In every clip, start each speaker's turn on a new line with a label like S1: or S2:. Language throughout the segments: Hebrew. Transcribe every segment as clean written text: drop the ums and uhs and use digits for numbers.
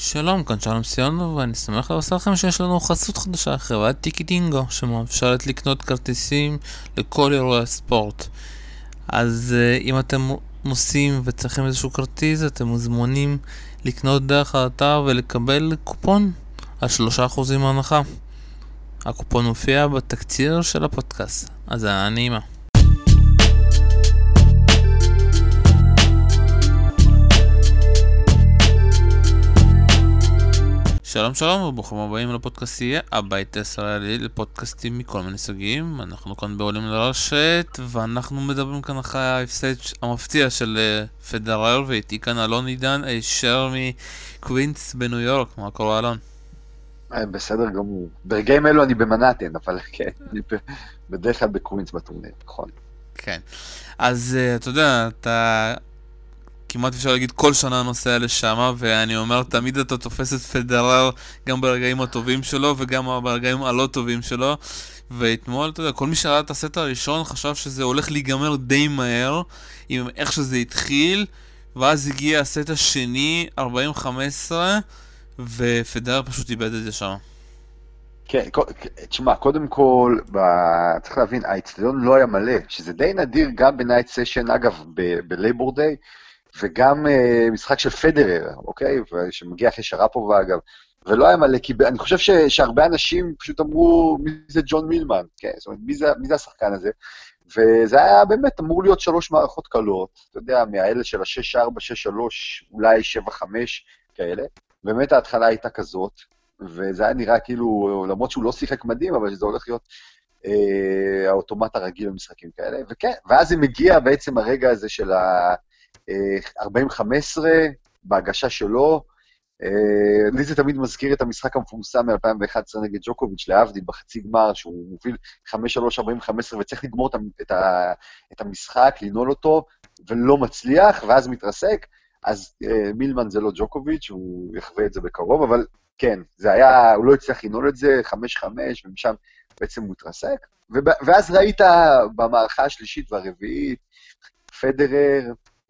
S1: שלום, כאן שלום סיונו, ואני שמח לבשר לכם שיש לנו חסות חדשה, חברת טיקי דינגו, שמאפשרת לקנות כרטיסים לכל אירועי הספורט. אז אם אתם נוסעים וצריכים איזשהו כרטיס, אתם מוזמנים לקנות דרך האתר ולקבל קופון על 3% הנחה. הקופון מופיע בתקציר של הפודקאסט, אז נעימה. שלום שלום וברוכים הבאים לפודקאסט יהיה הבית הישראלי לפודקאסטים מכל מיני סוגים. אנחנו כאן בעולים לרשת ואנחנו מדברים כאן אחרי ההפסד המפתיע של פדרר, ואיתי כאן אלון עידן הישר מקווינס בניו יורק. מה קורה אלון?
S2: בסדר גמור. ברגעים אלו אני במנהטן, אבל כן, אני בדרך כלל בקווינס בטורניר, נכון.
S1: כן, אז אתה יודע, אתה כמעט אפשר להגיד כל שנה נוסע לשם, ואני אומר, תמיד אתה תופס את פדרר גם ברגעים הטובים שלו וגם ברגעים הלא טובים שלו. ואתמול, אתה יודע, כל מי שראה את הסט הראשון חשב שזה הולך להיגמר די מהר עם איך שזה התחיל, ואז הגיע הסט השני 40-15 ופדרר פשוט איבד את זה שם.
S2: כן, תשמע, קודם כל, צריך להבין, האצטדיון לא היה מלא, שזה די נדיר גם בנייט סשן, אגב, בלייבור דיי, וגם משחק של פדרר, אוקיי? שמגיע אחרי שרפובה, אגב, ולא היה מלא, כי אני חושב שהרבה אנשים פשוט אמרו, מי זה ג'ון מילמן? כן, זאת אומרת, מי זה השחקן הזה? וזה היה באמת אמור להיות 3 מערכות קלות, אתה יודע, מהאלה של ה-6-4, 6-3, אולי 7-5 כאלה. באמת ההתחלה הייתה כזאת, וזה היה נראה כאילו, למרות שהוא לא שיחק מדהים, אבל זה הולך להיות האוטומט הרגיל במשחקים כאלה, וכן, ואז זה מגיע בעצם הרגע הזה של ה-40-15, בהגשה שלו. לי זה תמיד מזכיר את המשחק המפורסם מ-2011 נגד ג'וקוביץ' להבדיל בחצי גמר, שהוא מוביל 5-3, 40-15, וצריך לגמור את המשחק, לנעול אותו, ולא מצליח, ואז מתרסק. אז מילמן זה לא ג'וקוביץ', הוא יחווה את זה בקרוב, אבל כן, זה היה, הוא לא הצליח לנעול את זה, 5-5, ומשם בעצם הוא התרסק. ואז ראית במערכה השלישית והרביעית, פדרר,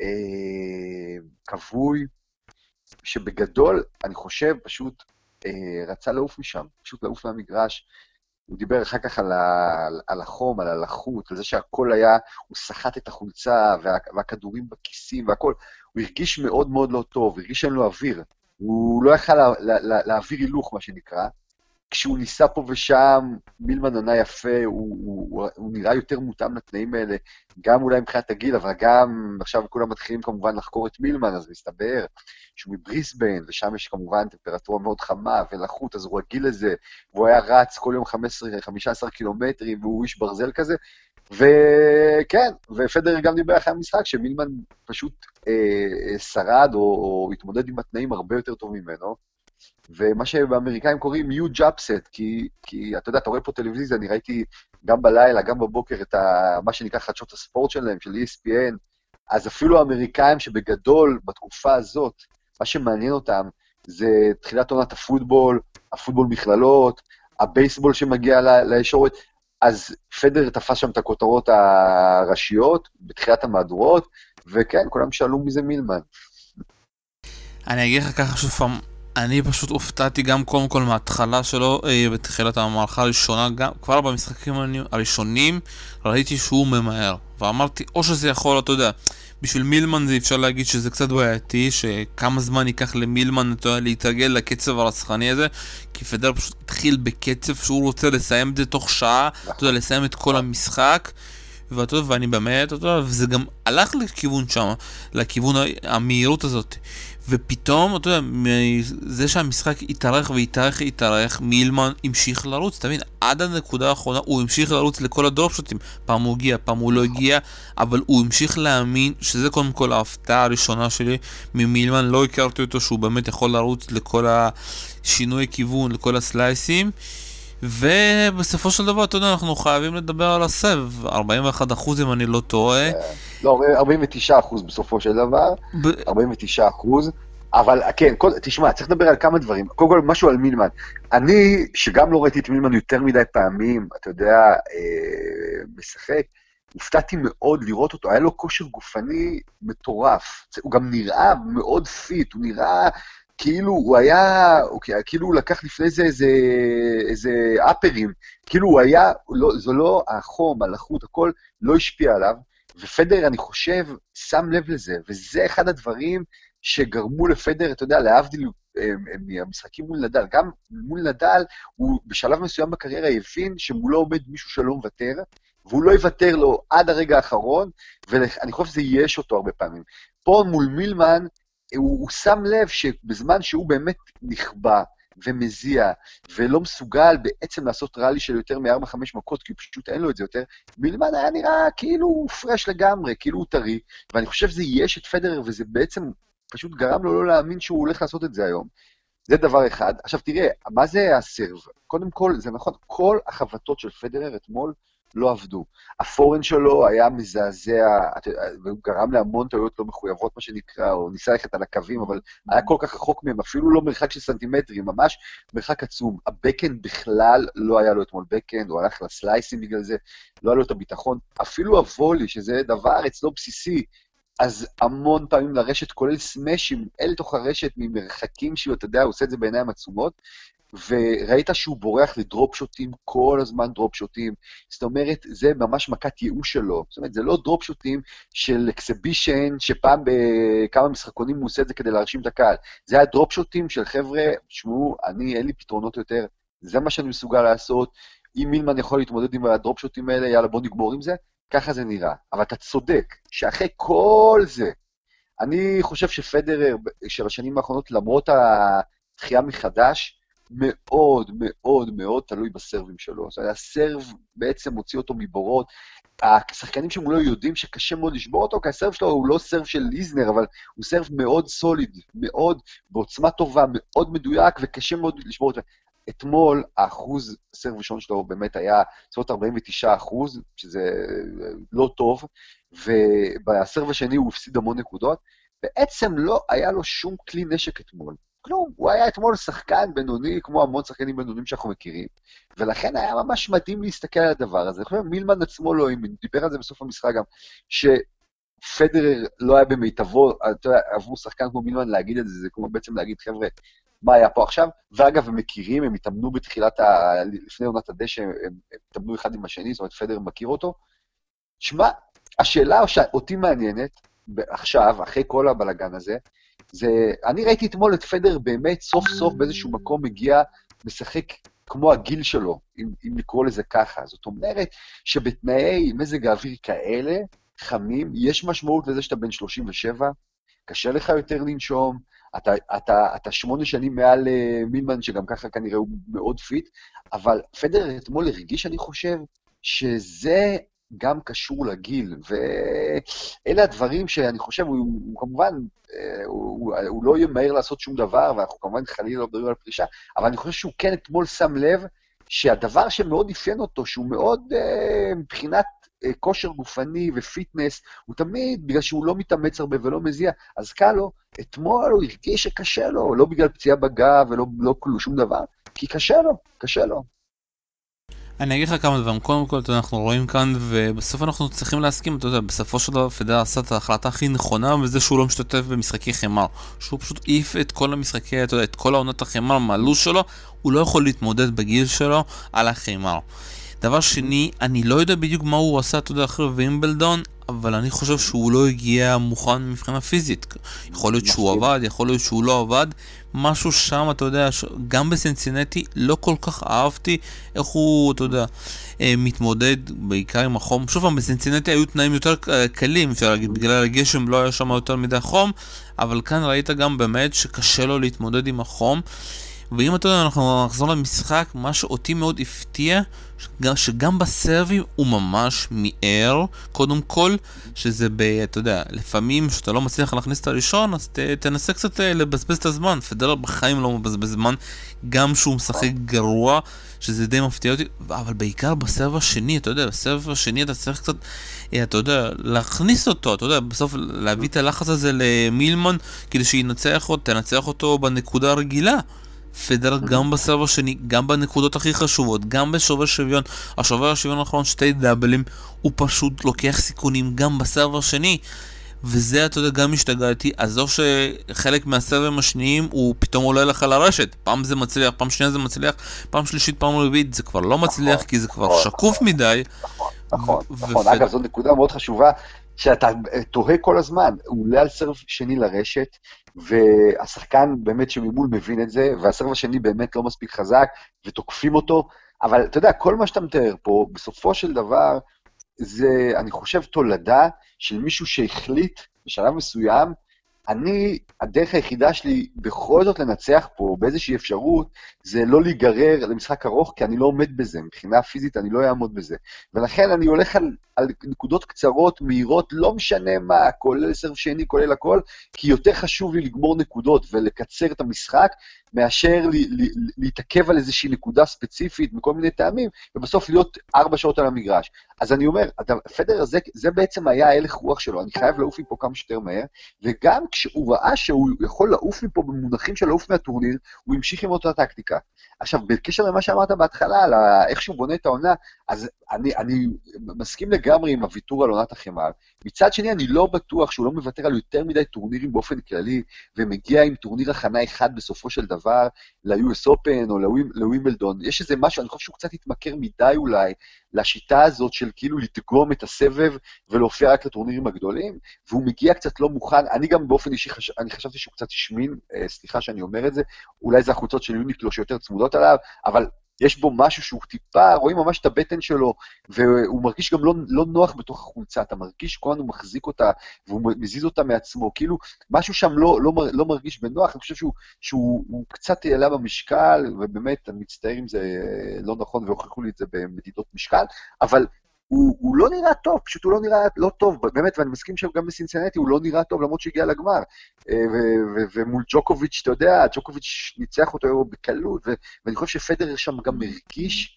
S2: כבוי, שבגדול, אני חושב, פשוט רצה לעוף משם, פשוט לעוף מהמגרש. הוא דיבר אחר כך על החום, על הלחות, על זה שהכל היה, הוא סחט את החולצה, והכדורים בכיסים והכל. הוא הרגיש מאוד מאוד לא טוב, הוא הרגיש שאין לו אוויר. הוא לא יכל להעביר הילוך, מה שנקרא. כשהוא ניסה פה ושם, מילמן עונה יפה, הוא נראה יותר מותאם לתנאים האלה, גם אולי מבחינת הגיל, אבל גם עכשיו כולם מתחילים כמובן לחקור את מילמן, אז מסתבר שהוא מבריסבן, ושם יש כמובן טמפרטורה מאוד חמה ולחות, אז הוא רגיל לזה, והוא היה רץ כל יום 15 קילומטרים, והוא איש ברזל כזה, וכן, ופדר גם דיבר אחרי המשחק, שמילמן פשוט שרד או התמודד עם התנאים הרבה יותר טוב ממנו, ומה שבאמריקאים קוראים huge upset, כי אתה יודע, אתה רואה פה טלוויזיה, אני ראיתי גם בלילה, גם בבוקר, את מה שנקרא חדשות הספורט שלהם, של ESPN, אז אפילו האמריקאים שבגדול, בתקופה הזאת, מה שמעניין אותם, זה תחילת עונת הפוטבול מכללות, הבייסבול שמגיע לישורת, אז פדר תפס שם את הכותרות הראשיות, בתחילת המהדורות, וכן, כולם שאלו מי זה מילמן.
S1: אני אגיד לך ככה שוב פעם, אני פשוט הופתעתי גם קודם כל מההתחלה שלו בתחילת המערכה הראשונה, כבר במשחקים הראשונים ראיתי שהוא ממהר, ואמרתי או שזה יכול, אתה יודע, בשביל מילמן זה אפשר להגיד שזה קצת בעייתי, שכמה זמן ייקח למילמן להתרגל לקצב הרצחני הזה, כי פדר פשוט התחיל בקצב שהוא רוצה לסיים את זה תוך שעה, אתה יודע, לסיים את כל המשחק, ואני באמת, וזה גם הלך לכיוון שם, לכיוון המהירות הזאת, ופתאום, אתה יודע, זה שהמשחק התארך, מילמן המשיך לרוץ, אתה מבין, עד הנקודה האחרונה הוא המשיך לרוץ לכל הדרופשוטים, פעם הוא הגיע, פעם הוא לא הגיע, אבל הוא המשיך להאמין, שזה קודם כל ההפתעה הראשונה שלי ממילמן, לא הכרתי אותו שהוא באמת יכול לרוץ לכל השינוי כיוון, לכל הסלייסים, ובסופו של דבר, אתה יודע, אנחנו חייבים לדבר על הסב, 41% אם אני לא טועה.
S2: לא, 49% בסופו של דבר, 49%, אבל כן, תשמע, צריך לדבר על כמה דברים. קודם כל, משהו על מילמן. אני, שגם לא ראיתי את מילמן יותר מדי פעמים, אתה יודע, משחק, הופתעתי מאוד לראות אותו, היה לו כושר גופני מטורף, הוא גם נראה מאוד פיט, הוא נראה כאילו הוא היה, כאילו הוא לקח לפני זה איזה אפרים, כאילו הוא היה, זו לא החום, הלחות, הכל לא השפיע עליו, ופדר, אני חושב, שם לב לזה, וזה אחד הדברים שגרמו לפדר, אתה יודע, להבדיל מהמשחקים מול נדל. גם מול נדל, הוא בשלב מסוים בקריירה הבין שמולו עומד מישהו שלא מוותר, והוא לא יוותר לו עד הרגע האחרון, ואני חושב שזה יש אותו הרבה פעמים. פה מול מילמן, הוא שם לב שבזמן שהוא באמת נכבה ומזיע, ולא מסוגל בעצם לעשות ראלי של יותר מ-4-5 מכות, כי פשוט אין לו את זה יותר, מילמן היה נראה כאילו הוא פרש לגמרי, כאילו הוא טרי, ואני חושב שזה יש את פדרר, וזה בעצם פשוט גרם לו לא להאמין שהוא הולך לעשות את זה היום. זה דבר אחד. עכשיו תראה, מה זה הסרב? קודם כל, זה נכון, כל החבטות של פדרר אתמול לא עבדו. הפורן שלו היה מזעזע, והוא גרם להמון טעויות לא מחויבות, מה שנקרא, או ניסה ללכת על הקווים, אבל היה כל כך רחוק מהם, אפילו לא מרחק של סנטימטרים, ממש מרחק עצום. הבקאנד בכלל לא היה לו אתמול בקאנד, הוא הלך לסלייסים בגלל זה, לא היה לו את הביטחון. אפילו הוולי, שזה דבר אצלו בסיסי, אז המון פעמים לרשת, כולל סמשים, אל תוך הרשת ממרחקים שלו, אתה יודע, הוא עושה את זה בעיניים עצומות, וראית שהוא בורח לדרופ שוטים, כל הזמן דרופ שוטים, זאת אומרת, זה ממש מכת ייאוש שלו, זאת אומרת, זה לא דרופ שוטים של אקסבישן, שפעם בכמה משחקונים הוא עושה את זה כדי להרשים את הקהל, זה היה דרופ שוטים של חבר'ה, שמעו, אין לי פתרונות יותר, זה מה שאני מסוגל לעשות, אם מילמן יכול להתמודד עם הדרופ שוטים האלה, יאללה בוא נגמור עם זה, ככה זה נראה, אבל אתה צודק, שאחרי כל זה, אני חושב שפדרר של השנים האחרונות, למרות התחייה מחדש, מאוד מאוד מאוד תלוי בסרבים שלו. זאת אומרת, הסרב בעצם מוציא אותו מבורות. השחקנים שמולו יודעים שקשה מאוד לשבור אותו, כי הסרב שלו הוא לא סרב של ליזנר, אבל הוא סרב מאוד סוליד, מאוד בעוצמה טובה, מאוד מדויק, וקשה מאוד לשבור אותו. אתמול, האחוז סרב ראשון שלו באמת היה בסביבות 49%, שזה לא טוב, ובסרב השני הוא הפסיד המון נקודות, בעצם לא היה לו שום כלי נשק אתמול. כלום, הוא היה אתמול שחקן בינוני, כמו המון שחקנים בינונים שאנחנו מכירים, ולכן היה ממש מדהים להסתכל על הדבר הזה. אני חושב, מילמן עצמו לא, אם דיבר על זה בסוף המשחק גם, שפדרר לא היה במיטבו, אתה יודע, עבור שחקן כמו מילמן להגיד את זה, זה כמו בעצם להגיד, חבר'ה, מה היה פה עכשיו? ואגב, הם מכירים, הם התאמנו בתחילת, לפני עונת הדשא, הם התאמנו אחד עם השני, זאת אומרת, פדרר מכיר אותו. שמע, השאלה שאותי מעניינת, עכשיו, אחרי כל הבלגן הזה, אני ראיתי אתמול את פדר באמת סוף סוף באיזשהו מקום מגיע לשחק כמו הגיל שלו, אם לקרוא לזה ככה. זאת אומרת שבתנאי מזג האוויר כאלה, חמים, יש משמעות לזה שאתה בן 37, קשה לך יותר לנשום, אתה 8 שנים מעל מילמן, שגם ככה כנראה הוא מאוד פיט, אבל פדר אתמול הרגיש, אני חושב, שזה גם קשור לגיל, ואלה הדברים שאני חושב, הוא כמובן, הוא לא יהיה מהר לעשות שום דבר, ואנחנו כמובן חלילה לא מדברים על פרישה, אבל אני חושב שהוא כן אתמול שם לב, שהדבר שמאוד אפיין אותו, שהוא מאוד מבחינת כושר גופני ופיטנס, הוא תמיד, בגלל שהוא לא מתאמץ הרבה ולא מזיע, אז קל לו, אתמול הוא הרגיש שקשה לו, לא בגלל פציעה בגב ולא שום דבר, כי קשה לו, קשה לו.
S1: אני אגיד לך כמה דברים. קודם כל, אנחנו רואים כאן, ובסוף אנחנו צריכים להסכים, אתה יודע, בסופו של דבר פדר עשה את ההחלטה הכי נכונה, וזה שהוא לא משתתף במשחקי חמר. שהוא פשוט העיף את כל המשחקי, אתה יודע, את כל העונות החמר מהלו"ז שלו, הוא לא יכול להתמודד בגיל שלו על החמר. דבר שני, אני לא יודע בדיוק מה הוא עשה, אתה יודע, אחרי וימבלדון, אבל אני חושב שהוא לא הגיע מוכן מבחינה פיזית. יכול להיות שהוא עבד, יכול להיות שהוא לא עבד. משהו שם, אתה יודע, גם בסנסינטי לא כל כך אהבתי איך הוא, אתה יודע, מתמודד בעיקר עם החום. שוב פעם, בסנסינטי היו תנאים יותר קלים, אפשר להגיד, בגלל הגשם לא היה שם יותר מדי חום, אבל כאן ראית גם באמת שקשה לו להתמודד עם החום. ואם אתה יודע, אנחנו נחזור למשחק, מה שאותי מאוד הפתיע, שגם בסרבים הוא ממש מיער, קודם כל, שזה אתה יודע, לפעמים שאתה לא מצליח להכניס את הראשון, אז תנסה קצת לבזבז את הזמן. פדרר בחיים לא מבזבז זמן, גם שהוא משחק גרוע, שזה די מפתיע אותי, אבל בעיקר בסרב השני, אתה יודע, בסרב השני אתה צריך קצת, אתה יודע, להכניס אותו, אתה יודע, בסוף להביא את הלחץ הזה למילמן, כדי תנצח אותו בנקודה הרגילה. פדר גם בסרב השני, גם בנקודות הכי חשובות, גם בשובר שוויון, השובר השוויון האחרון 2 דאבלים, הוא פשוט לוקח סיכונים גם בסרב השני, וזה, אתה יודע, גם השתגעתי, אז לא שחלק מהסבבים השניים הוא פתאום עולה לך לרשת, פעם זה מצליח, פעם שנייה זה מצליח, פעם שלישית, פעם רביעית, זה כבר לא מצליח,
S2: נכון,
S1: כי זה כבר
S2: נכון,
S1: שקוף מדי,
S2: נכון, נכון, נכון. אגב, זו נקודה מאוד חשובה, שאתה תוהה כל הזמן, הוא עולה על סרב שני לרשת, והשחקן באמת שממול מבין את זה, והסרב השני באמת לא מספיק חזק, ותוקפים אותו, אבל אתה יודע, כל מה שאתה מתאר פה, בסופו של דבר, זה, אני חושב, תולדה של מישהו שהחליט בשלב מסוים, הדרך היחידה שלי בכל זאת לנצח פה באיזושהי אפשרות, זה לא להיגרר למשחק ארוך, כי אני לא עומד בזה, מבחינה פיזית אני לא אעמוד בזה. ולכן אני הולך על נקודות קצרות, מהירות, לא משנה מה, כולל סרב שני, כולל הכל, כי יותר חשוב לי לגמור נקודות ולקצר את המשחק, מאשר להתעכב על איזושהי נקודה ספציפית, מכל מיני טעמים, ובסוף להיות 4 שעות על המגרש. אז אני אומר, פדרר הזה, זה בעצם היה הלך רוח שלו, אני חייב לעוף מפה כמה שיותר מהר, וגם כשהוא ראה שהוא יכול לעוף מפה במונחים של לעוף מהטורניר, הוא המשיך עם אותה טקטיקה. עכשיו, בקשר למה שאמרת בהתחלה, על איך שהוא בונה את העונה, אז אני מסכים לגמרי עם הוויתור על עונת החמר. מצד שני, אני לא בטוח שהוא לא מוותר על יותר מדי טורנירים באופן כללי, ומגיע עם טורניר הכנה אחד בסופו של דבר, ל-US Open או לווימבלדון. יש איזה משהו, אני חושב שהוא קצת התמכר מדי אולי, לשיטה הזאת של כאילו לדגום את הסבב, ולהופיע רק לטורנירים הגדולים, והוא מגיע קצת לא מוכן. אני גם באופן אישי, אני חשבתי שהוא קצת השמין, סליחה שאני אומר את זה, אולי זה החולצות של יוניקלו שיותר צמודות עליו, אבל יש בו משהו שהוא טיפה, רואים ממש את הבטן שלו, והוא מרגיש גם לא נוח בתוך החולצה, אתה מרגיש כהן הוא מחזיק אותה, והוא מזיז אותה מעצמו, כאילו משהו שם לא מרגיש בנוח, אני חושב שהוא קצת העלה במשקל, ובאמת אני מצטער אם זה לא נכון, והוכיחו לי את זה במדידות משקל, אבל הוא לא נראה טוב, פשוט הוא לא נראה לא טוב, באמת, ואני מסכים שגם בסינסינטי הוא לא נראה טוב, למרות שהגיע לגמר. ומול ג'וקוביץ', אתה יודע, ג'וקוביץ' ניצח אותו בקלות, ואני חושב שפדרר שם גם הרגיש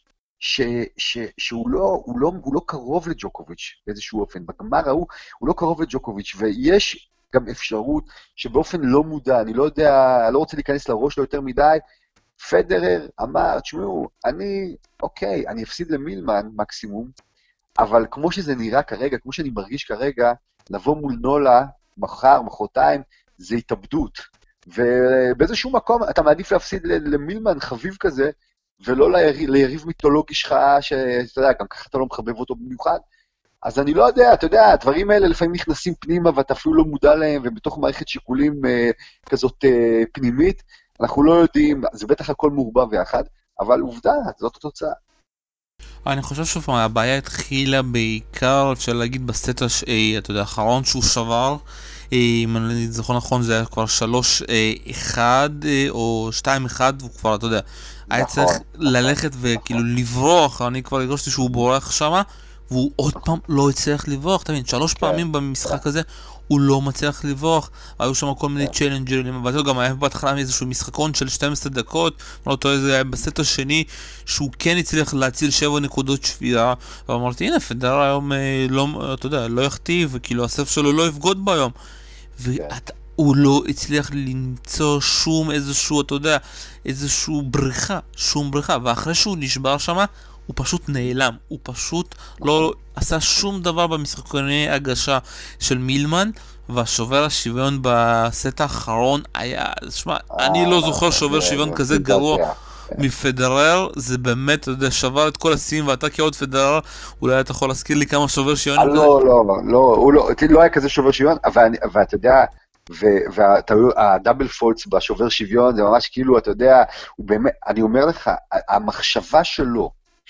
S2: שהוא לא קרוב לג'וקוביץ' באיזשהו אופן. בגמר הוא לא קרוב לג'וקוביץ', ויש גם אפשרות שבאופן לא מודע, אני לא יודע, לא רוצה להיכנס לראש לו יותר מדי, פדרר אמר, תשמעו, אני אפסיד למילמן מקסימום, אבל כמו שזה נראה כרגע, כמו שאני מרגיש כרגע, לבוא מול נולה, מחר, מחרתיים, זה התאבדות. ובאיזשהו מקום אתה מעדיף להפסיד למילמן חביב כזה, ולא ליריב מיתולוגי שלך, שאתה יודע, גם ככה אתה לא מחבב אותו במיוחד. אז אני לא יודע, אתה יודע, הדברים האלה לפעמים נכנסים פנימה, ואתה אפילו לא מודע להם, ובתוך מערכת שיקולים כזאת פנימית, אנחנו לא יודעים, זה בטח הכל מעורבב ביחד, אבל עובדה, זאת התוצאה.
S1: אני חושב שהבעיה התחילה בעיקר, אפשר להגיד, בסט אתה יודע, האחרון שהוא שבר, אם אני זוכר נכון, זה היה כבר 3-1 או 2-1, והוא כבר, אתה יודע, היה צריך ללכת וכאילו לברוח, אני כבר הרגשתי שהוא בורח שמה, והוא עוד פעם לא הצליח לברוח, אתה מבין, 3 פעמים במשחק הזה הוא לא מצליח לברוח, היו שם כל מיני צ'לנג'רים, אבל זה גם היה בהתחלה מאיזשהו משחקון של 12 דקות, לא טועה, זה היה בסט השני, שהוא כן הצליח להציל 7 נקודות שבירה, ואמרתי, הנה, פדרר היום לא, אתה יודע, לא יכתיב, וכאילו הסף שלו לא יבגוד ביום, והוא לא הצליח למצוא שום איזשהו, אתה יודע, איזשהו בריחה, שום בריחה, ואחרי שהוא נשבר שמה, הוא פשוט נעלם, הוא פשוט לא עשה שום דבר במשחקוני הגשה של מילמן, והשובר השוויון בסט האחרון היה, שמע, אני לא זוכר שובר שוויון כזה גרוע מפדרר, זה באמת, אתה יודע, שבר את כל השיאים, ואתה כעוד פדרר, אולי אתה יכול להזכיר לי כמה שובר שוויון?
S2: הוא לא היה כזה שובר שוויון, אבל אתה יודע, והדאבל פולץ בשובר שוויון, זה ממש כאילו, אתה יודע, הוא באמת, אני אומר לך, המחשבה שלו,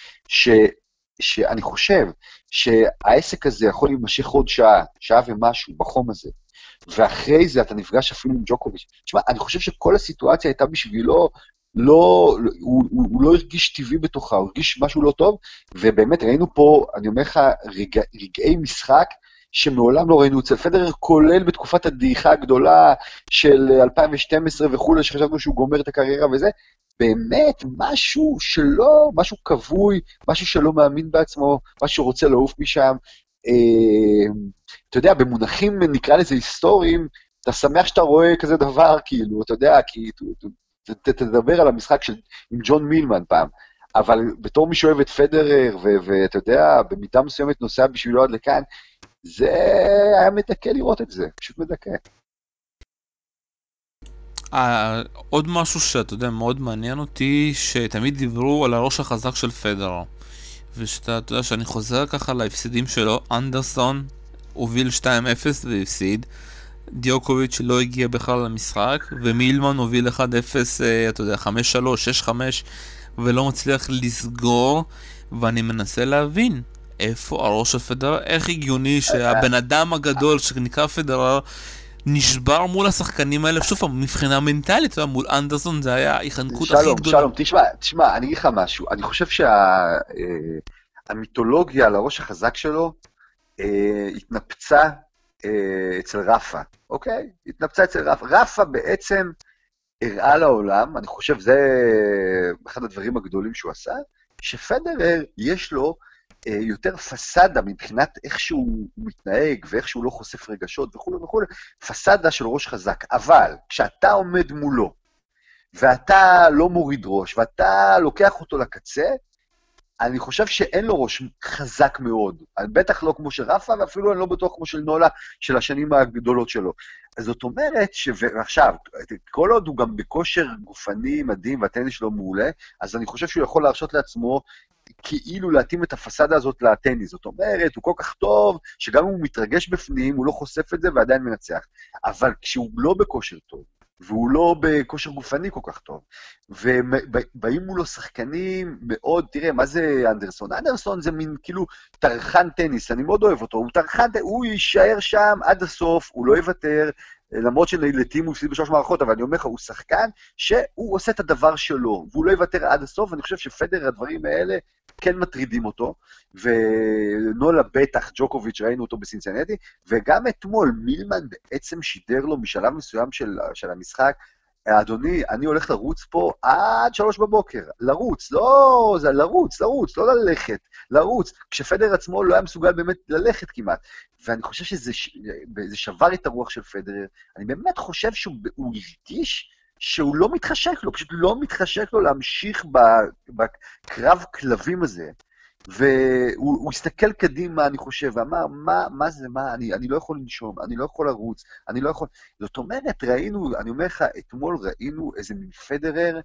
S2: שאני חושב שהעסק הזה יכול להימשך עוד שעה ומשהו בחום הזה, ואחרי זה אתה נפגש אפילו עם ג'וקוביץ'. תשמע, אני חושב שכל הסיטואציה הייתה בשבילו, הוא לא הרגיש טבעי בתוכה, הוא הרגיש משהו לא טוב, ובאמת ראינו פה, אני אומר לך, רגעי משחק, שמעולם לא ראינו אצל פדרר, כולל בתקופת הדעיכה הגדולה של 2012 וכולי, שחשבנו שהוא גומר את הקריירה וזה, באמת משהו שלא, משהו כבוי, משהו שלא מאמין בעצמו, משהו שרוצה לעוף משם. אתה יודע, במונחים נקרא לזה היסטוריים, אתה שמח שאתה רואה כזה דבר, כאילו, אתה יודע, כי תדבר על המשחק עם ג'ון מילמן פעם, אבל בתור מי שאוהב את פדרר, ואתה יודע, במידה מסוימת נוסע בשבילו עד לכאן, זה היה מדכא לראות את זה, פשוט מדכא.
S1: עוד משהו שאתה יודע מאוד מעניין אותי, שתמיד דיברו על הראש החזק של פדרר, ושאתה יודע שאני חוזר ככה להפסידים שלו. אנדרסון הוביל 2-0 והפסיד, דיוקוביץ' לא הגיע בכלל למשחק, ומילמן הוביל 1-0, אתה יודע, 5-3, 6-5, ולא מצליח לסגור. ואני מנסה להבין איפה הראש של פדרר, איך הגיוני שהבן אדם הגדול שנקרא פדרר נשבר מול השחקנים האלה. שוב פעם, מבחינה מנטלית, אתה יודע, מול אנדרסון זה היה ההיחנקות הכי גדולה.
S2: שלום, תשמע, אני אגיד לך משהו. אני חושב שהמיתולוגיה על הראש החזק שלו התנפצה אצל רפה, אוקיי? התנפצה אצל רפה. רפה בעצם הראה לעולם, אני חושב זה אחד הדברים הגדולים שהוא עשה, שפדרר יש לו יותר פסדה מבחינת איך שהוא מתנהג ואיך שהוא לא חושף רגשות וכו' וכו', פסדה של ראש חזק. אבל כשאתה עומד מולו ואתה לא מוריד ראש ואתה לוקח אותו לקצה, אני חושב שאין לו ראש חזק מאוד, בטח לא כמו של רפה, ואפילו אני לא בטוח כמו של נולה, של השנים הגדולות שלו. אז זאת אומרת, ועכשיו, כל עוד הוא גם בכושר גופני מדהים, והטניס שלו מעולה, אז אני חושב שהוא יכול להרשות לעצמו, כאילו להתאים את הפסדה הזאת לטניס. זאת אומרת, הוא כל כך טוב, שגם אם הוא מתרגש בפנים, הוא לא חושף את זה ועדיין מנצח. אבל כשהוא לא בכושר טוב, והוא לא בכושר גופני כל כך טוב, ובאים מולו שחקנים מאוד, תראה, מה זה אנדרסון? אנדרסון זה מין כאילו טרחן טניס, אני מאוד אוהב אותו, הוא טרחן, הוא יישאר שם עד הסוף, הוא לא יוותר, למרות שלעתים הוא הפסיד בשלוש מערכות, אבל אני אומר לך, הוא שחקן שהוא עושה את הדבר שלו, והוא לא יוותר עד הסוף, ואני חושב שפדר, הדברים האלה כן מטרידים אותו, ונולה בטח, ג'וקוביץ' ראינו אותו בסינסינטי, וגם אתמול מילמן בעצם שידר לו משלב מסוים של המשחק, אדוני, אני הולך לרוץ פה עד 3 בבוקר, לרוץ, לא, זה לרוץ, לא ללכת, לרוץ, כשפדר עצמו לא היה מסוגל באמת ללכת כמעט, ואני חושב שזה שבר את הרוח של פדרר, אני באמת חושב שהוא הרגיש שהוא לא מתחשק לו, פשוט לא מתחשק לו להמשיך בקרב כלבים הזה, והוא הסתכל קדימה, אני חושב, ואמר, מה זה, אני לא יכול לנשום, אני לא יכול לרוץ, אני לא יכול... זאת אומרת, ראינו, אני אומר לך, אתמול ראינו איזה מין פדרר,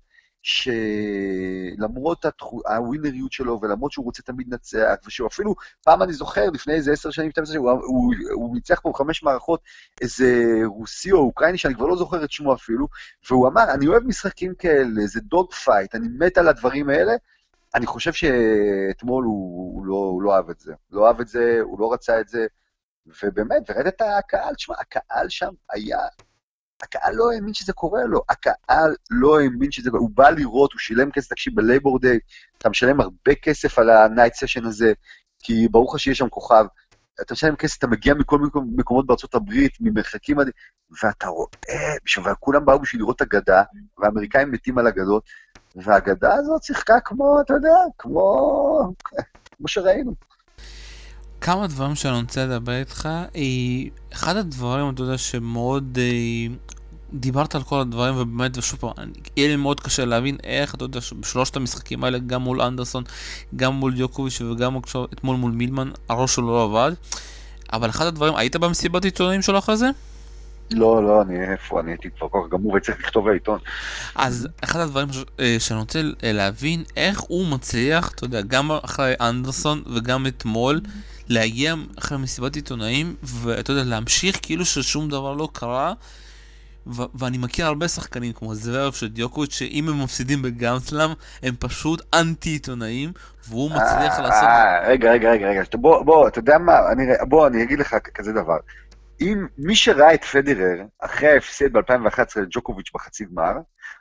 S2: שלמרות הווינריות שלו, ולמרות שהוא רוצה תמיד לנצח, ושהוא אפילו, פעם אני זוכר, לפני איזה 10 שנים, הוא ניצח פה 5 מערכות, איזה רוסי או אוקראיני, שאני כבר לא זוכר את שמו אפילו, והוא אמר, אני אוהב משחקים כאלה, זה דוג פייט, אני מת על הדברים האלה, אני חושב שאתמול הוא לא אהב את זה. לא אהב את זה, הוא לא רצה את זה, ובאמת, וראית את הקהל, תשמע, הקהל שם היה, הקהל לא האמין שזה קורה לו, הקהל לא האמין שזה קורה, הוא בא לראות, הוא שילם כסף, תקשיב, בלייבור דיי, אתה משלם הרבה כסף על הנייט סשן הזה, כי ברוך שיש שם כוכב, אתה משלם כסף, אתה מגיע מכל מקומות בארצות הברית, ממרחקים, ואתה רואה, וכולם באו בשביל לראות אגדה, והאמריקאים מתים על אגדות, והאגדה הזאת שיחקה כמו, אתה יודע, כמו שראינו.
S1: כמה דברים שאני רוצה לדבר איתך, אחד הדברים, אתה יודע, שמאוד דיברת על כל הדברים, ובאמת, ושוב פעם, יהיה לי מאוד קשה להבין איך, אתה יודע, בשלושת המשחקים האלה, גם מול אנדרסון, גם מול דיוקוביץ' וגם אתמול מול מילמן, הראש שלו לא עבד, אבל אחד הדברים, היית במסיבת עיתונאים שלו אחרי זה?
S2: לא, אני הייתי כבר כל כך גמור וצריך לכתוב לעיתון.
S1: אז אחד הדברים שאני רוצה להבין, איך הוא מצליח, אתה יודע, גם אחרי אנדרסון וגם אתמול, להגיע אחרי מסיבת עיתונאים, ואתה יודע, להמשיך כאילו ששום דבר לא קרה, ואני מכיר הרבה שחקנים כמו זוורב של דיוקוביץ', שאם הם מפסידים בגרנדסלאם, הם פשוט אנטי עיתונאים, והוא מצליח לעשות...
S2: רגע, בוא, אתה יודע מה, אני אגיד לך כזה דבר. אם מי שראה את פדרר אחרי ההפסד ב-2011 לג'וקוביץ' בחצי גמר,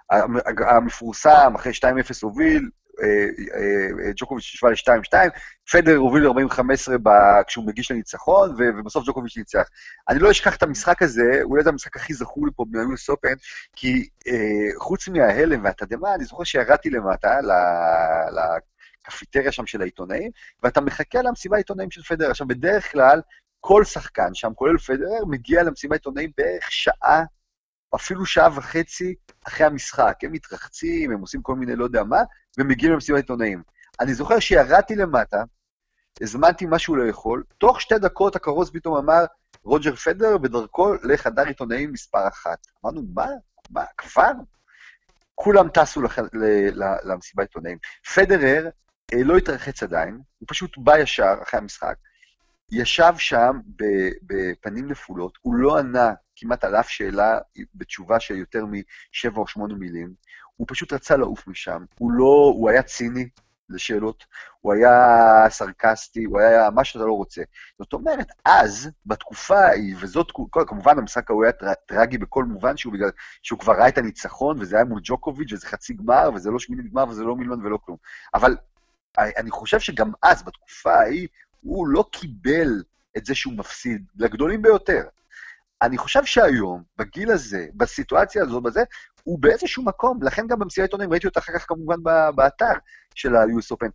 S2: המפורסם אחרי 2-0 הוביל, ג'וקוביץ' שווה ל-2-2, פדרר הוביל ל-40-15 כשהוא מגיש לניצחון, ובסוף ג'וקוביץ' ניצח. אני לא אשכח את המשחק הזה, אולי זה המשחק הכי זכור לי פה ב-US Open, כי חוץ מההלם והתדמה, אני זוכר שירדתי למטה, לקפיטריה שם של העיתונאים, ואתה מחכה למסיבה העיתונאים של פדרר. עכשיו, בדרך כלל, כל שחקן שם, כולל פדרר, מגיע למסיבה עיתונאים בערך שעה, אפילו שעה וחצי אחרי המשחק. הם מתרחצים, הם עושים כל מיני לא יודע מה, ומגיעים למסיבה עיתונאים. אני זוכר שירדתי למטה, הזמנתי משהו לאכול, תוך 2 דקות הכרוז פתאום אמר, רוג'ר פדרר בדרכו לחדר עיתונאים מספר 1. אמרנו, מה, כבר? כולם טסו למסיבת עיתונאים. פדרר לא התרחץ עדיין, הוא פשוט בא ישר אחרי המשחק, ישב שם בפנים נפולות, הוא לא ענה כמעט על אף שאלה בתשובה של יותר מ7 או 8 מילים, הוא פשוט רצה לעוף משם, הוא היה ציני לשאלות, הוא היה סרקסטי, הוא היה מה שאתה לא רוצה. זאת אומרת, אז, בתקופה ההיא, וזאת, כמובן המשחק הוא היה טרגי בכל מובן, בגלל שהוא כבר ראה את הניצחון, וזה היה מול ג'וקוביץ', וזה חצי גמר, וזה לא שמינית גמר, וזה לא מיליון ולא כלום. אבל אני חושב שגם אז, בתקופה ההיא, הוא לא קיבל את זה שהוא מפסיד, לגדולים ביותר. אני חושב שהיום, בגיל הזה, בסיטואציה הזו, בזה, הוא באיזשהו מקום, לכן גם במסיבת עיתונאים, ראיתי אותה אחר כך כמובן באתר של ה-US Open,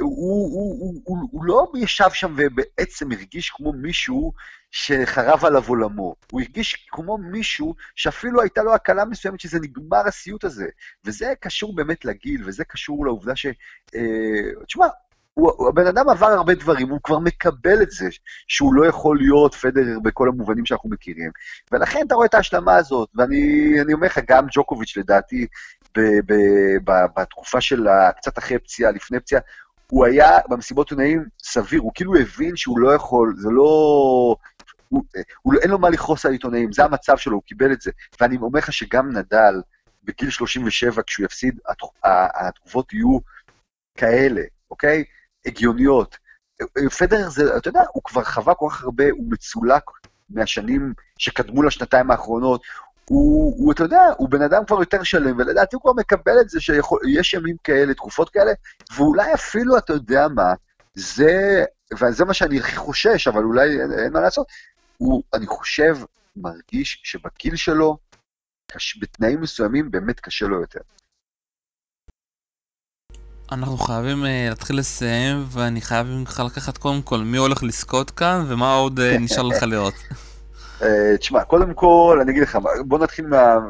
S2: הוא לא ישב שם ובעצם הרגיש כמו מישהו שחרב עליו עולמו, הוא הרגיש כמו מישהו שאפילו הייתה לו הקלה מסוימת שזה נגמר הסיוט הזה, וזה קשור באמת לגיל, וזה קשור לעובדה תשמע, הבן אדם עבר הרבה דברים, הוא כבר מקבל את זה, שהוא לא יכול להיות פדרר בכל המובנים שאנחנו מכירים, ולכן אתה רואה את ההשלמה הזאת, ואני אומר לך, גם ג'וקוביץ' לדעתי, בתקופה של קצת אחרי פציעה, לפני פציעה, הוא היה במסיבות עיתונאים סביר, הוא כאילו הבין שהוא לא יכול, זה לא... אין לו מה לכרוס על עיתונאים, זה המצב שלו, הוא קיבל את זה, ואני אומר לך שגם נדל, בגיל 37, כשהוא יפסיד, התגובות יהיו כאלה, אוקיי? הגיוניות. פדרר זה, אתה יודע, הוא כבר חווה כל כך הרבה, הוא מצולק מהשנים שקדמו לשנתיים האחרונות, הוא, אתה יודע, הוא בן אדם כבר יותר שלם, ולדעתי הוא כבר מקבל את זה שיש ימים כאלה, תקופות כאלה, ואולי אפילו, אתה יודע מה, וזה מה שאני הכי חושש, אבל אולי אין מה לעשות, אני חושב, מרגיש שבגיל שלו, בתנאים מסוימים, באמת קשה לו יותר.
S1: אנחנו חייבים להתחיל לסיים, ואני חייב ממך לקחת קודם כל מי הולך לזכות כאן, ומה עוד נשאר לך לראות.
S2: תשמע, קודם כל, אני אגיד לך, בוא נתחיל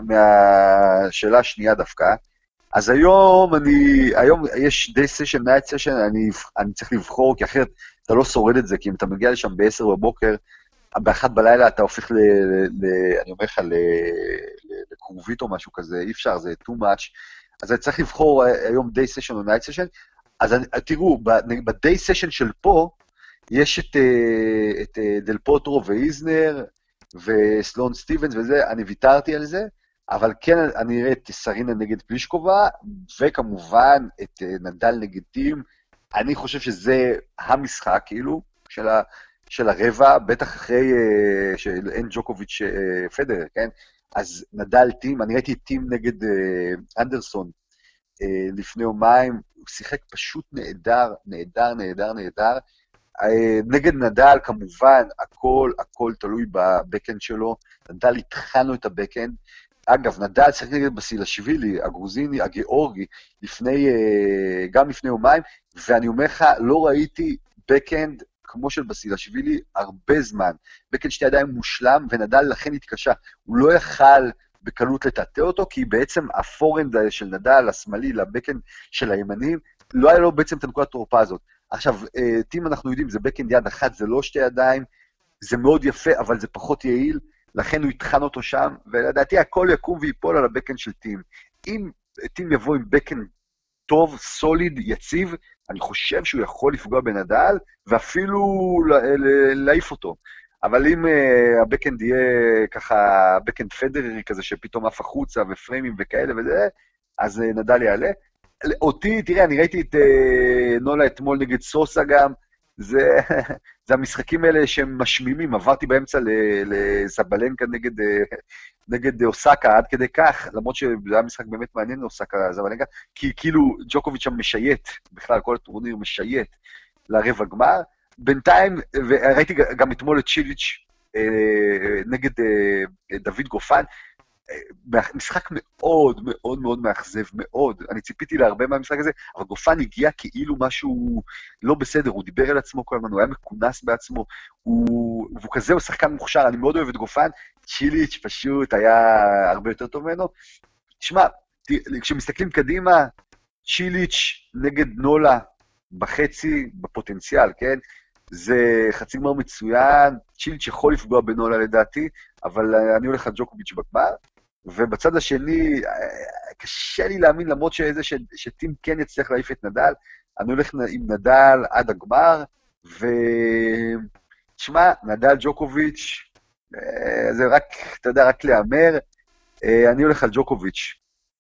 S2: מהשאלה השנייה דווקא. אז היום יש day session, night session, אני צריך לבחור, כי אחרת אתה לא שורד את זה, כי אם אתה מגיע לשם ב-10 בבוקר, ב-1 בלילה אתה הופך אני אומר לך, לקרובית או משהו כזה, אי אפשר, זה too much. אז אני צריך לבחור היום day session או night session, אז תראו, ב-day session של פה, יש את דל פוטרו ואיזנר, וסלון סטיבנס וזה, אני ויתרתי על זה, אבל כן אני אראה את סרינה נגד פלישקובה, וכמובן את נדל נגד טים, אני חושב שזה המשחק, כאילו, של הרבע, בטח אחרי שאין ג'וקוביץ' פדרר, כן? אז נדל טים, אני ראיתי טים נגד אנדרסון לפני יומיים, הוא שיחק פשוט נהדר, נהדר, נהדר, נהדר. נגד נדל, כמובן, הכל תלוי בבקאנד שלו, נדל התחלנו את הבקאנד, אגב, נדל שיחק נגד בסילשווילי, הגרוזיני, הגיאורגי, גם לפני יומיים, ואני אומר לך, לא ראיתי בקאנד כמו של בסילשווילי הרבה זמן, בקאנד שתי ידיים מושלם, ונדל לכן התקשה, הוא לא יכל בקלות לטאטא אותו, כי בעצם הפורנד של נדל, השמאלי, לבקאנד של הימנים, לא היה לו בעצם את הנקודת התורפה הזאת. עכשיו, טים אנחנו יודעים, זה בקאנד יד אחת, זה לא שתי ידיים, זה מאוד יפה, אבל זה פחות יעיל, לכן הוא יתחן אותו שם, ולדעתי הכל יקום ויפול על הבקאנד של טים. אם טים יבוא עם בקאנד טוב, סוליד, יציב, אני חושב שהוא יכול לפגוע בנדל, ואפילו להעיף אותו. אבל אם הבקאנד יהיה ככה, בקאנד פדררי כזה, שפתאום עף החוצה ופריימים וכאלה וזה, אז נדל יעלה. אותי, תראה, אני ראיתי את נולה אתמול נגד סוסה גם, זה המשחקים האלה שהם משמימים, עברתי באמצע לזבלנקה נגד אוסקה, עד כדי כך, למרות שזה היה משחק באמת מעניין לאוסקה זבלנקה, כי כאילו ג'וקוביץ' שם משייט, בכלל כל הטורניר משייט לרבע גמר, בינתיים, וראיתי גם אתמול את צ'יליץ' נגד דוד גופן, משחק מאוד מאוד מאוד מאכזב, מאוד. אני ציפיתי להרבה מהמשחק הזה, אבל גופן הגיע כאילו משהו לא בסדר, הוא דיבר על עצמו כל הזמן, הוא היה מכונס בעצמו, והוא כזה, הוא שחקן מוכשר, אני מאוד אוהב את גופן, צ'יליץ' פשוט היה הרבה יותר טוב ממנו. תשמע, כשמסתכלים קדימה, צ'יליץ' נגד נולה, בחצי, בפוטנציאל, כן? זה חצי גמר מצוין, צ'ילץ' יכול לפגוע בנולה לדעתי, אבל אני הולך על ג'וקוביץ' בגמר, ובצד השני, קשה לי להאמין, למרות שטים כן יצליח להעיף את נדל, אני הולך עם נדל עד הגמר, תשמע, נדל ג'וקוביץ', זה רק, אתה יודע, רק להאמר, אני הולך על ג'וקוביץ'.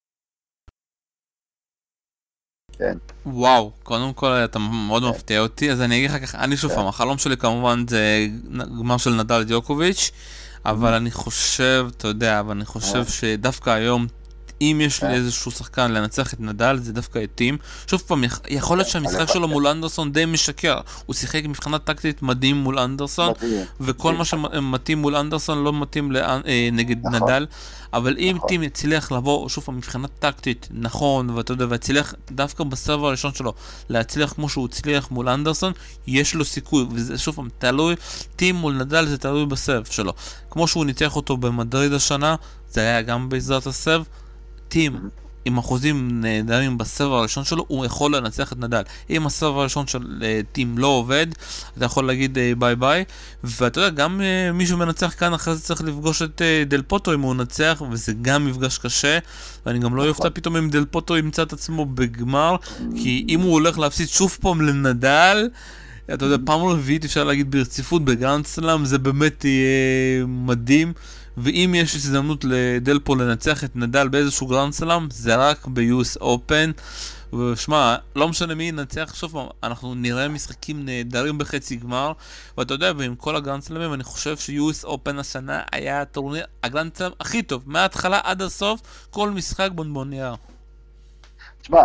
S2: כן.
S1: וואו, קודם כל אתה מאוד מפתיע אותי, אז אני אגיד לך ככה, אני שוב פעם, החלום שלי כמובן זה גמר של נדל ג'וקוביץ', אבל אני חושב, אתה יודע, אבל אני חושב שדווקא היום, אם יש לי איזשהו שחקן לנצח את נדל, זה דווקא את טים. שוב פעם, יכול להיות שהמשחק שלו מול אנדרסון די משקר. הוא שיחק מבחינה טקטית מדהים מול אנדרסון, וכל מה שמתאים מול אנדרסון לא מתאים נגד נדל. אבל אם טים יצליח לבוא, שוב פעם, מבחינה טקטית, נכון, ואתה יודע, והצליח דווקא בסבב הראשון שלו, להצליח כמו שהוא הצליח מול אנדרסון, יש לו סיכוי. וזה שוב פעם, תלוי, טים מול נדל זה תלוי בסבב שלו. כמו שהוא ניצח אותו במדריד השנה, זה היה גם בעזרת הסבב. טים עם אחוזים נהדרים בסבב הראשון שלו, הוא יכול לנצח את נדל. אם הסבב הראשון של טים לא עובד, אתה יכול להגיד ביי ביי, ואתה יודע, גם מישהו מנצח כאן, אחרי זה צריך לפגוש את דל פוטרו אם הוא נצח, וזה גם מפגש קשה, ואני גם לא יופתע פתאום אם דל פוטרו ימצא את עצמו בגמר, כי אם הוא הולך להפסיד שוב פעם לנדל, אתה יודע, פעם רביעית אפשר להגיד ברציפות בגרנד סלאם, זה באמת יהיה מדהים. ואם יש הזדמנות לדלפו לנצח את נדל באיזשהו גרנד סלאם, זה רק ב-US Open. ושמע, לא משנה מי ינצח, שוב, אנחנו נראה משחקים נהדרים בחצי גמר, ואתה יודע, ועם כל הגרנד סלאמים, אני חושב ש-US Open השנה היה הטורניר, הגרנד סלאם הכי טוב, מההתחלה עד הסוף, כל משחק בונבונייר.
S2: תשמע,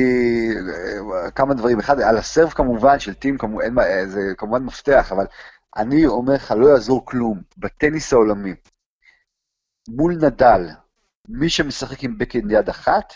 S2: כמה דברים, אחד, על הסרף כמובן, של טים, זה כמובן מפתח, אבל אני אומר לך, לא יעזור כלום, בטניס העולמי, מול נדל, מי שמשחק עם בקן יד אחת,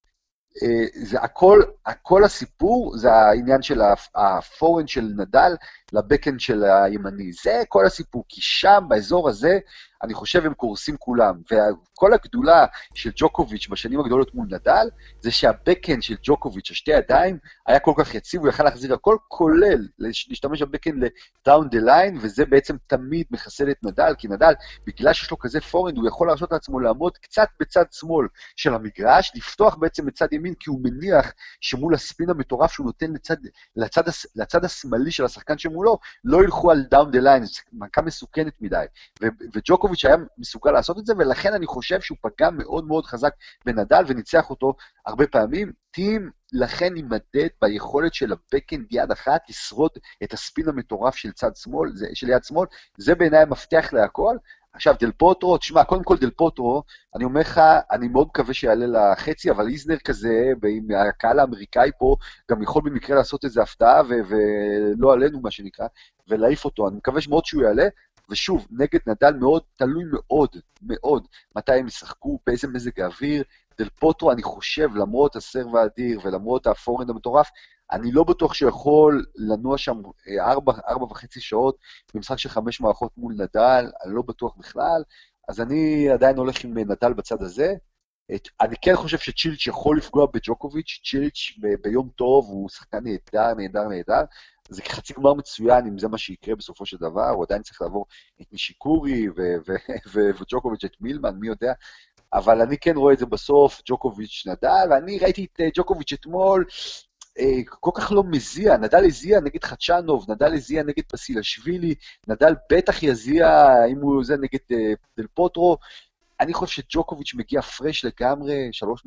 S2: זה הכל הסיפור, זה העניין של הפורן של נדל לבקן של הימני. זה כל הסיפור, כי שם, באזור הזה, אני חושב הם קורסים כולם. וכל הגדולה של ג'וקוביץ' בשנים הגדולות מול נדל, זה שהבקן של ג'וקוביץ', השתי ידיים, היה כל כך יציב, הוא יכל להחזיר הכל, כולל להשתמש בבקן לדאון דה ליין, וזה בעצם תמיד מחסל את נדל, כי נדל, בגלל שיש לו כזה פורן, הוא יכול להרשות לעצמו לעמוד קצת בצד שמאל של המגרש, לפתוח בעצם בצד ימין, כי הוא מניח שמול הספין המטורף שהוא נותן לצד השמאלי של השחקן שמולו, לא ילכו על דאון דה ליין, זו מכה מסוכנת מדי. וג'וקוביץ' היה מסוגל לעשות את זה, ולכן אני חושב שהוא פגע מאוד מאוד חזק בנדל, וניצח אותו הרבה פעמים. טים לכן יימדד ביכולת של הבקן יד אחת, לשרוד את הספין המטורף של צד שמאל, של יד שמאל, זה בעיניי מפתח להכל. עכשיו, דל פוטרו, תשמע, קודם כל דל פוטרו, אני אומר לך, אני מאוד מקווה שיעלה לחצי, אבל איזנר כזה, עם הקהל האמריקאי פה, גם יכול במקרה לעשות איזו הפתעה, ולא עלינו מה שנקרא, ולהעיף אותו. אני מקווה מאוד שהוא יעלה, ושוב, נגד נדל מאוד, תלוי מאוד, מאוד, מתי הם ישחקו, באיזה מזג האוויר. דל פוטרו, אני חושב, למרות הסרב האדיר, ולמרות הפורנד המטורף, אני לא בטוח שיכול לנוע שם 4.5 שעות במשחק של 5 מערכות מול נדל, אני לא בטוח בכלל, אז אני עדיין הולך עם נדל בצד הזה. אני כן חושב שצ'ילץ' יכול לפגוע בג'וקוביץ', צ'ילץ' ביום טוב הוא שחקן נהדר, נהדר, נהדר, זה חצי גמר מצוין אם זה מה שיקרה בסופו של דבר, הוא עדיין צריך לעבור את נישיקורי וג'וקוביץ' את מילמן, מי יודע, אבל אני כן רואה את זה בסוף, ג'וקוביץ' נדל, ואני ראיתי את ג'וקוביץ' אתמול, כל כך לא מזיע, נדל הזיע נגד חדשנוב, נדל הזיע נגד פסילשווילי, נדל בטח יזיע אם הוא זה נגד דל פוטרו, אני חושב שג'וקוביץ' מגיע פרש לגמרי, 3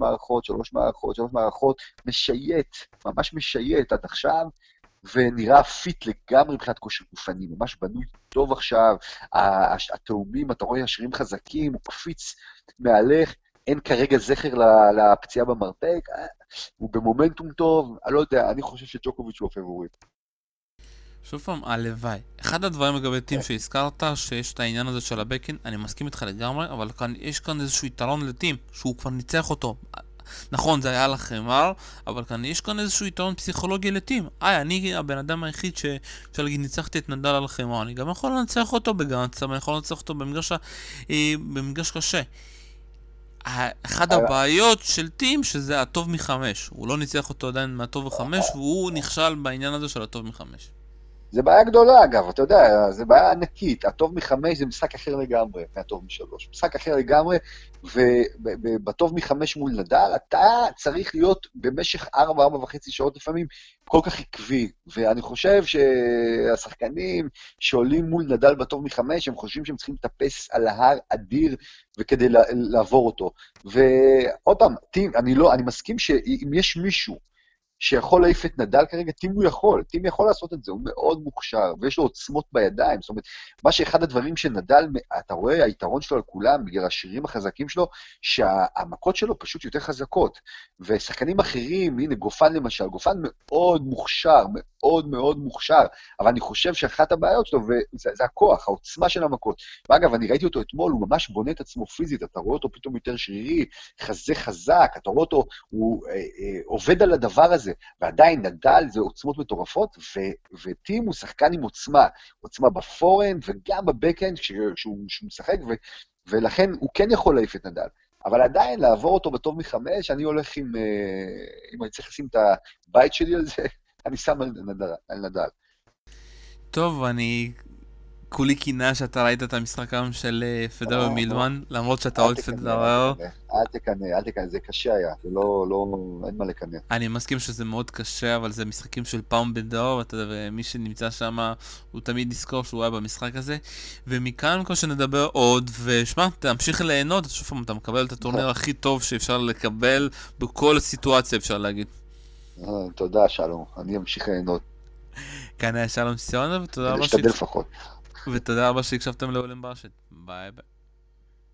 S2: מערכות, משייט, ממש משייט עד עכשיו, ונראה פיט לגמרי מבחינת כושר גופני, ממש בנוי טוב עכשיו, התאומים, אתה רואה השרירים חזקים, הוא קפיץ מהלך, אין כרגע זכר לפציעה במרפק, הוא במומנטום טוב, אני לא יודע, אני חושב שג'וקוביץ' הוא הפייבוריט.
S1: שוב פעם, הלוואי. אחד הדברים לגבי טים שהזכרת, שיש את העניין הזה של הבקן, אני מסכים איתך לגמרי, אבל יש כאן איזשהו יתרון לטים, שהוא כבר ניצח אותו. נכון, זה היה לחמר, אבל כאן יש כאן איזשהו יתרון פסיכולוגי לטים. אני הבן אדם היחיד שאפשר להגיד, ניצחתי את נדל על החמר, אני גם יכול לנצח אותו בגרנד סלאם, אני יכול לנצח אותו במגרש קשה. אחד הבעיות של טים שזה הטוב מחמש. הוא לא ניצח אותו עדיין מהטוב מחמש, והוא נכשל בעניין הזה של הטוב מחמש.
S2: זה בעיה גדולה, אגב, אתה יודע, זה בעיה ענקית. הטוב מחמש זה משחק אחר לגמרי מהטוב משלוש. משחק אחר לגמרי, ובטוב מחמש מול נדל, אתה צריך להיות במשך 4-4.5 שעות לפעמים כל כך עקבי. ואני חושב שהשחקנים שעולים מול נדל בטוב מחמש, הם חושבים שהם צריכים לטפס על ההר אדיר וכדי לעבור אותו. ועוד פעם, אני מסכים שאם יש מישהו שיכול להעיף את נדל כרגע, טים יכול לעשות את זה, הוא מאוד מוכשר, ויש לו עוצמות בידיים, זאת אומרת, מה שאחד הדברים שנדל, אתה רואה, היתרון שלו על כולם, בגלל השירים החזקים שלו, שהמכות שלו פשוט יותר חזקות, ושחקנים אחרים, הנה גופן למשל, גופן מאוד מוכשר, מאוד מאוד מוכשר, אבל אני חושב שאחת הבעיות שלו, וזה הכוח, העוצמה של המכות, ואגב, אני ראיתי אותו אתמול, הוא ממש בונה את עצמו פיזית, אתה רואה אותו פתאום יותר שרירי, חזה חזק, אתה רואה אותו, הוא עובד על הדבר הזה, ועדיין נדל זה עוצמות מטורפות, וטים הוא שחקן עם עוצמה בפורנד וגם בבקאנד כשהוא משחק, ולכן הוא כן יכול להעיף את נדל. אבל עדיין לעבור אותו בטוב מחמש, אני הולך אם אני צריך לשים את הבית שלי על זה, אני שם על נדל.
S1: טוב, אני כולי קינה שאתה ראית את המשחק היום של פדרר ומילמן, למרות שאתה עוד פדרר.
S2: אל תקנה, זה קשה היה, זה לא, אין מה לקנה.
S1: אני מסכים שזה מאוד קשה, אבל זה משחקים של פעם בדור, ומי שנמצא שם, הוא תמיד נזכור שהוא היה במשחק הזה. ומכאן כמו שנדבר עוד, ושמע, תמשיך ליהנות, שוב פעם, אתה מקבל את הטורניר הכי טוב שאפשר לקבל בכל הסיטואציה, אפשר להגיד.
S2: תודה, שלום, אני אמשיך ליהנות.
S1: כאן היה שלום סיונה, ותודה רבה
S2: להשתדל לפחות.
S1: ותודה רבה שהקשבתם לעולם ברשת. ביי ביי.